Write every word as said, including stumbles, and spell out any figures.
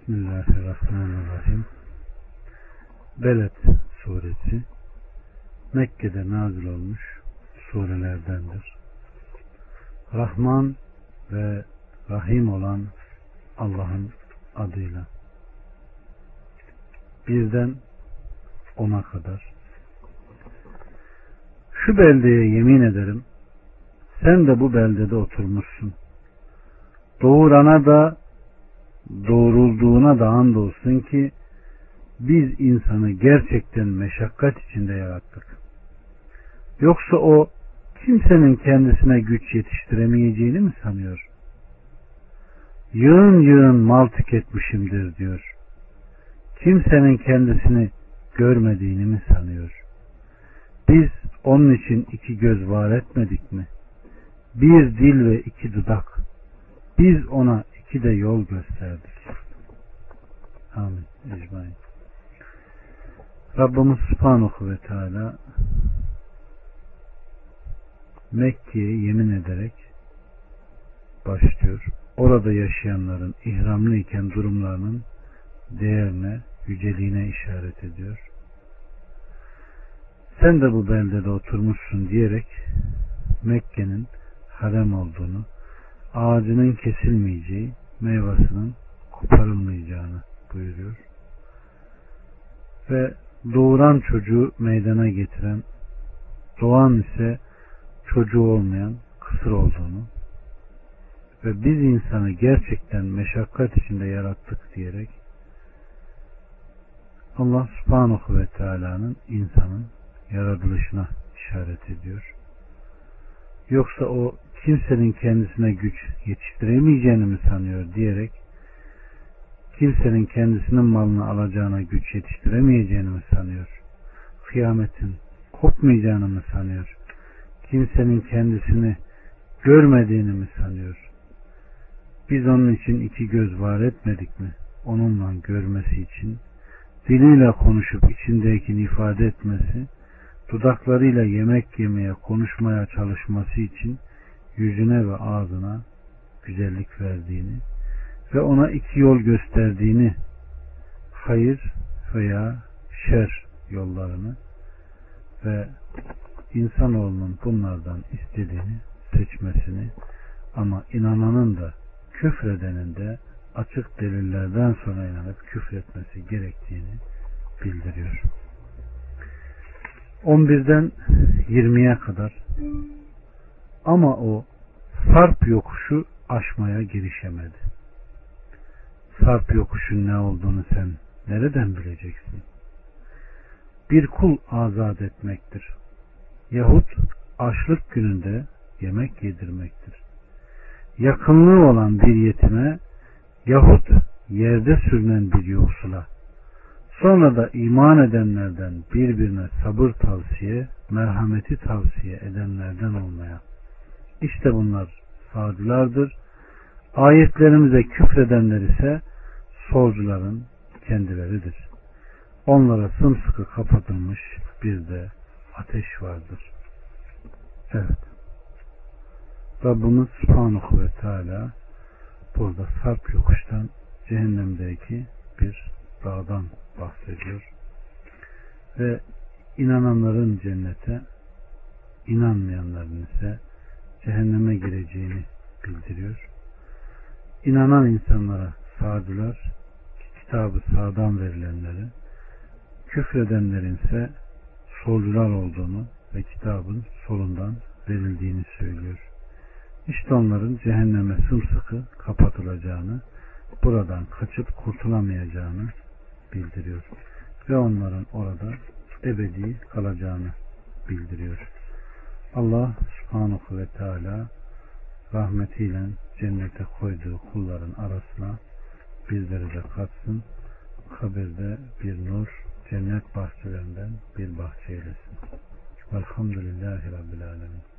Bismillahirrahmanirrahim. Beled suresi Mekke'de nazil olmuş surelerdendir. Rahman ve Rahim olan Allah'ın adıyla. Birden ona kadar. Şu beldeye yemin ederim, sen de bu beldede oturmuşsun. Doğurana da doğrulduğuna da andolsun ki biz insanı gerçekten meşakkat içinde yarattık. Yoksa o kimsenin kendisine güç yetiştiremeyeceğini mi sanıyor? Yığın yığın mal tüketmişimdir diyor. Kimsenin kendisini görmediğini mi sanıyor? Biz onun için iki göz var etmedik mi? Bir dil ve iki dudak. Biz ona iki de yol gösterdik. Amin. Ecmaîn. Rabbimiz Subhanahu ve Teala Mekke'ye yemin ederek başlıyor. Orada yaşayanların ihramlı iken durumlarının değerine, yüceliğine işaret ediyor. Sen de bu beldede oturmuşsun diyerek Mekke'nin harem olduğunu, ağacının kesilmeyeceği, meyvasının koparılmayacağını buyuruyor. Ve doğuran çocuğu meydana getiren, doğan ise çocuğu olmayan kısır olduğunu ve biz insanı gerçekten meşakkat içinde yarattık diyerek Allah Subhanahu ve Teala'nın insanın yaratılışına işaret ediyor. Yoksa o kimsenin kendisine güç yetiştiremeyeceğini mi sanıyor diyerek kimsenin kendisinin malını alacağına güç yetiştiremeyeceğini mi sanıyor? Kıyametin kopmayacağını mı sanıyor? Kimsenin kendisini görmediğini mi sanıyor? Biz onun için iki göz var etmedik mi? Onunla görmesi için, diliyle konuşup içindekini ifade etmesi, dudaklarıyla yemek yemeye, konuşmaya çalışması için yüzüne ve ağzına güzellik verdiğini ve ona iki yol gösterdiğini, hayır veya şer yollarını ve insanoğlunun bunlardan istediğini seçmesini, ama inananın da küfredenin de açık delillerden sonra inanıp küfretmesi gerektiğini bildiriyor. on birden yirmiye kadar. Ama o sarp yokuşu aşmaya girişemedi. Sarp yokuşun ne olduğunu sen nereden bileceksin? Bir kul azat etmektir. Yahut açlık gününde yemek yedirmektir. Yakınlığı olan bir yetime yahut yerde sürünen bir yoksula, sonra da iman edenlerden birbirine sabır tavsiye, merhameti tavsiye edenlerden olmaya. İşte bunlar sağcılardır. Ayetlerimize küfredenler ise solcuların kendileridir. Onlara sımsıkı kapatılmış bir de ateş vardır. Evet. Rabbimiz Subhanahu ve Teala burada sarp yokuştan, cehennemdeki bir dağdan bahsediyor. Ve inananların cennete, inanmayanların ise cehenneme gireceğini bildiriyor. İnanan insanlara sağcılar, kitabı sağdan verilenleri, küfredenlerin ise solcular olduğunu ve kitabın solundan verildiğini söylüyor. İşte onların cehenneme sımsıkı kapatılacağını, buradan kaçıp kurtulamayacağını bildiriyor. Ve onların orada ebedi kalacağını bildiriyor. Allah Subhanahu ve Teala rahmetiyle cennete koyduğu kulların arasına bizleri de katsın. Kabirde bir nur, cennet bahçelerinden bir bahçe eylesin. Velhamdülillahi Rabbil Alemin.